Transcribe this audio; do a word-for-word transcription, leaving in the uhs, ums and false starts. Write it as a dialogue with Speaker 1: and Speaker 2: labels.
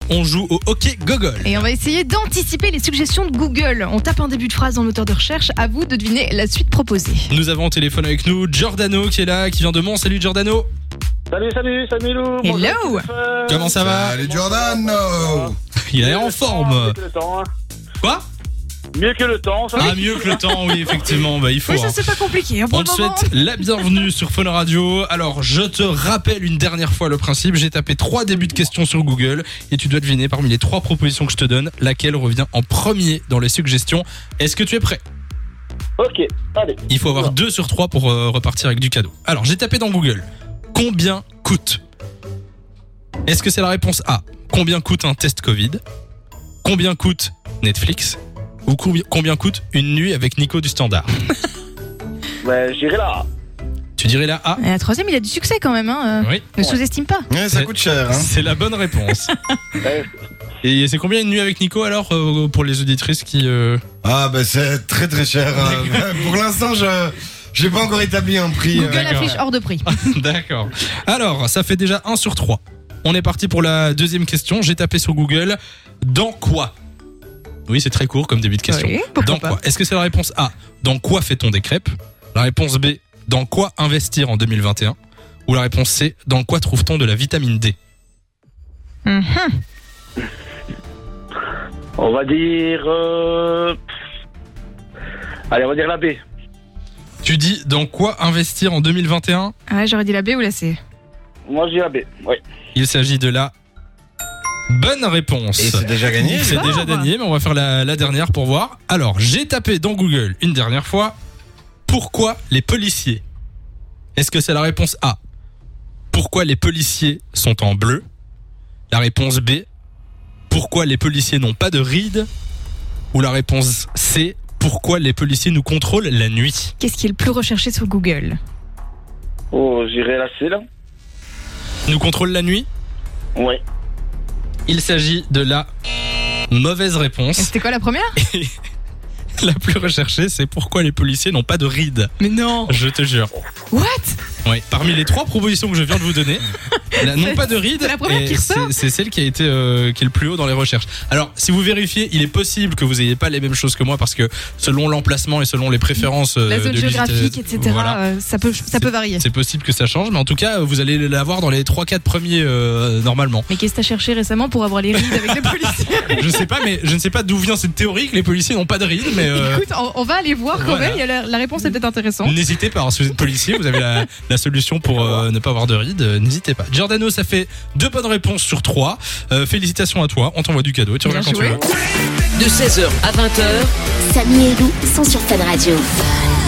Speaker 1: on joue au hockey Google.
Speaker 2: Et on va essayer d'anticiper les suggestions de Google. On tape un début de phrase dans le moteur de recherche. À vous de deviner la suite proposée.
Speaker 1: Nous avons au téléphone avec nous Giordano qui est là, qui vient de Mons. Salut Giordano.
Speaker 3: Salut, salut, salut Lou.
Speaker 2: Hello.
Speaker 3: Bonjour,
Speaker 1: Comment ça va?
Speaker 4: Salut Giordano.
Speaker 1: Il a l'air en forme.
Speaker 3: Mieux que le temps. Hein.
Speaker 1: Quoi?
Speaker 3: Mieux que le temps, ça.
Speaker 1: Ah, mieux que le temps, oui, effectivement, bah il faut.
Speaker 2: Oui, ça
Speaker 1: hein.
Speaker 2: c'est pas compliqué. Hein, pour
Speaker 1: On
Speaker 2: le
Speaker 1: te
Speaker 2: moment.
Speaker 1: souhaite la bienvenue sur Fun Radio. Alors, je te rappelle une dernière fois le principe. J'ai tapé trois débuts de questions sur Google et tu dois deviner parmi les trois propositions que je te donne laquelle revient en premier dans les suggestions. Est-ce que tu es prêt?
Speaker 3: Ok, allez.
Speaker 1: Il faut avoir deux sur trois pour euh, repartir avec du cadeau. Alors, j'ai tapé dans Google. Combien coûte? Est-ce que c'est la réponse A? Combien coûte un test Covid? Combien coûte Netflix? Ou combien, combien coûte une nuit avec Nico du Standard?
Speaker 3: Ouais, j'irai là.
Speaker 1: Tu dirais la A?
Speaker 2: Et la troisième, il a du succès quand même. Hein.
Speaker 1: Oui.
Speaker 2: Ne sous-estime pas.
Speaker 4: Ouais, ça coûte cher. Hein.
Speaker 1: C'est la bonne réponse.
Speaker 3: Ouais.
Speaker 1: Et c'est combien une nuit avec Nico alors euh, pour les auditrices qui... Euh...
Speaker 4: Ah bah c'est très très cher. Hein. Pour l'instant, je j'ai pas encore établi un prix.
Speaker 2: Google
Speaker 4: euh,
Speaker 1: d'accord.
Speaker 2: affiche hors de prix.
Speaker 1: D'accord. Alors, ça fait déjà un sur trois. On est parti pour la deuxième question. J'ai tapé sur Google. Dans quoi? Oui, c'est très court comme début de question.
Speaker 2: Oui, pourquoi
Speaker 1: Dans
Speaker 2: pas.
Speaker 1: quoi? Est-ce que c'est la réponse A? Dans quoi fait-on des crêpes? La réponse B? Dans quoi investir en deux mille vingt et un? Ou la réponse C? Dans quoi trouve-t-on de la vitamine D?
Speaker 2: Mhm.
Speaker 3: On va dire. Euh... Allez, on va dire la B.
Speaker 1: Tu dis dans quoi investir en deux mille vingt et un?
Speaker 2: Ah ouais, j'aurais dit la B ou la C.
Speaker 3: Moi, je dis la B. Oui.
Speaker 1: Il s'agit de la bonne réponse.
Speaker 4: Et c'est déjà gagné.
Speaker 1: C'est
Speaker 2: fort.
Speaker 1: déjà gagné, mais on va faire la, la dernière pour voir. Alors, j'ai tapé dans Google une dernière fois. Pourquoi les policiers? Est-ce que c'est la réponse A? Pourquoi les policiers sont en bleu? La réponse B? Pourquoi les policiers n'ont pas de rides? Ou la réponse C? Pourquoi les policiers nous contrôlent la nuit?
Speaker 2: Qu'est-ce qui est le plus recherché sur Google?
Speaker 3: Oh, j'irai la C là.
Speaker 1: Nous contrôlent la nuit?
Speaker 3: Oui.
Speaker 1: Il s'agit de la mauvaise
Speaker 2: Et
Speaker 1: réponse.
Speaker 2: c'était quoi la première?
Speaker 1: La plus recherchée, c'est pourquoi les policiers n'ont pas de rides.
Speaker 2: Mais non.
Speaker 1: Je te jure.
Speaker 2: What?
Speaker 1: Oui, parmi les trois propositions que je viens de vous donner, la non pas de rides,
Speaker 2: c'est la première
Speaker 1: et
Speaker 2: qui ressort.
Speaker 1: c'est, c'est celle qui a été euh, qui est le plus haut dans les recherches. Alors, si vous vérifiez, il est possible que vous ayez pas les mêmes choses que moi parce que selon l'emplacement et selon les préférences euh,
Speaker 2: La zone
Speaker 1: de visite,
Speaker 2: géographique, et cetera.
Speaker 1: voilà.
Speaker 2: euh, ça peut, ça peut varier.
Speaker 1: C'est possible que ça change, mais en tout cas, vous allez l'avoir dans les trois quatre premiers euh, normalement.
Speaker 2: Mais qu'est-ce que t'as cherché récemment pour avoir les rides avec les policiers?
Speaker 1: Je sais pas, mais je ne sais pas d'où vient cette théorie que les policiers n'ont pas de rides, mais euh,
Speaker 2: Écoute, on, on va aller voir quand
Speaker 1: voilà.
Speaker 2: même. Il y a la, la réponse est peut-être intéressante.
Speaker 1: n'hésitez pas. Alors, si vous êtes policier, vous avez la, la solution pour euh, ne pas avoir de rides. euh, N'hésitez pas. Giordano, ça fait deux bonnes réponses sur trois. Euh, félicitations à toi. On t'envoie du cadeau. Et tu
Speaker 2: Bien
Speaker 1: reviens quand
Speaker 2: joué.
Speaker 1: tu veux.
Speaker 5: De seize heures à vingt heures,
Speaker 6: Samy et Lou sont sur Fun Radio.